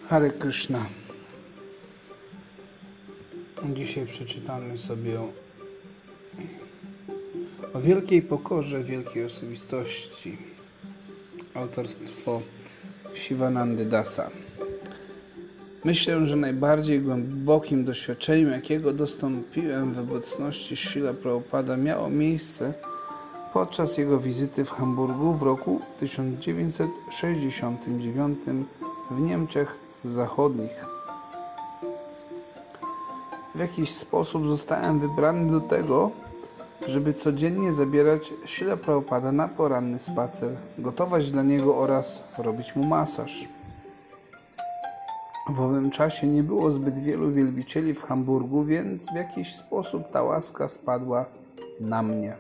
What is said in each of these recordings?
Hare Krishna. Dzisiaj przeczytamy sobie o wielkiej pokorze wielkiej osobistości. Autorstwo Sivanandy Dasa. Myślę, że najbardziej głębokim doświadczeniem, jakiego dostąpiłem w obecności Śrīla Prabhupada, miało miejsce podczas jego wizyty w Hamburgu w roku 1969 w Niemczech Zachodnich. W jakiś sposób zostałem wybrany do tego, żeby codziennie zabierać Śrīla Prabhupada na poranny spacer, gotować dla niego oraz robić mu masaż. W owym czasie nie było zbyt wielu wielbicieli w Hamburgu, więc w jakiś sposób ta łaska spadła na mnie.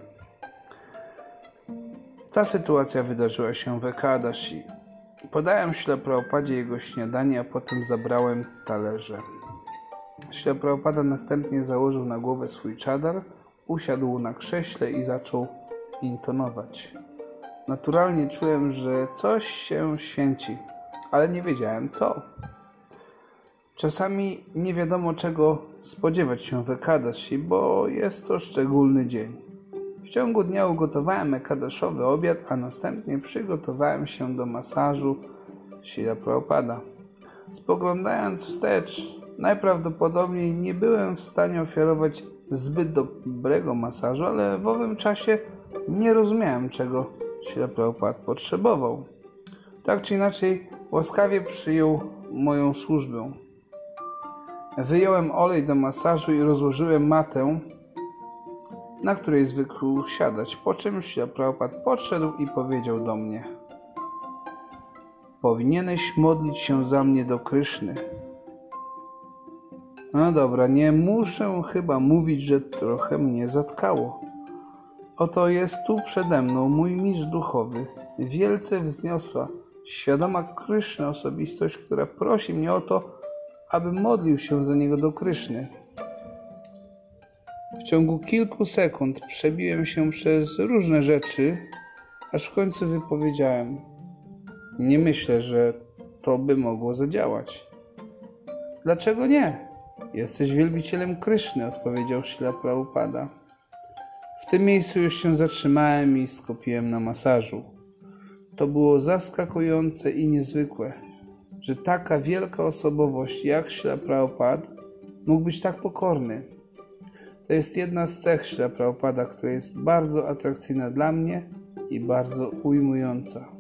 Ta sytuacja wydarzyła się w Ekadashi. Podałem Śrīla Prabhupadzie jego śniadanie, a potem zabrałem talerze. Śrīla Prabhupada następnie założył na głowę swój czadar, usiadł na krześle i zaczął intonować. Naturalnie czułem, że coś się święci, ale nie wiedziałem co. Czasami nie wiadomo czego spodziewać się w Ekadashi, bo jest to szczególny dzień. W ciągu dnia ugotowałem ekadaszowy obiad, a następnie przygotowałem się do masażu Śrīla Prabhupada. Spoglądając wstecz, najprawdopodobniej nie byłem w stanie ofiarować zbyt dobrego masażu, ale w owym czasie nie rozumiałem, czego Śrīla Prabhupada potrzebował. Tak czy inaczej, łaskawie przyjął moją służbę. Wyjąłem olej do masażu i rozłożyłem matę, na której zwykł siadać, po czym Śrīla Prabhupada podszedł i powiedział do mnie: powinieneś modlić się za mnie do Kryszny. No dobra, nie muszę chyba mówić, że trochę mnie zatkało. Oto jest tu przede mną mój mistrz duchowy, wielce wzniosła, świadoma Kryszny osobistość, która prosi mnie o to, aby modlił się za niego do Kryszny. W ciągu kilku sekund przebiłem się przez różne rzeczy, aż w końcu wypowiedziałem: nie myślę, że to by mogło zadziałać. Dlaczego nie? Jesteś wielbicielem Kryszny, odpowiedział Śrīla Prabhupada. W tym miejscu już się zatrzymałem i skupiłem na masażu. To było zaskakujące i niezwykłe, że taka wielka osobowość jak Śrīla Prabhupada mógł być tak pokorny. To jest jedna z cech Śrīla Prabhupada, która jest bardzo atrakcyjna dla mnie i bardzo ujmująca.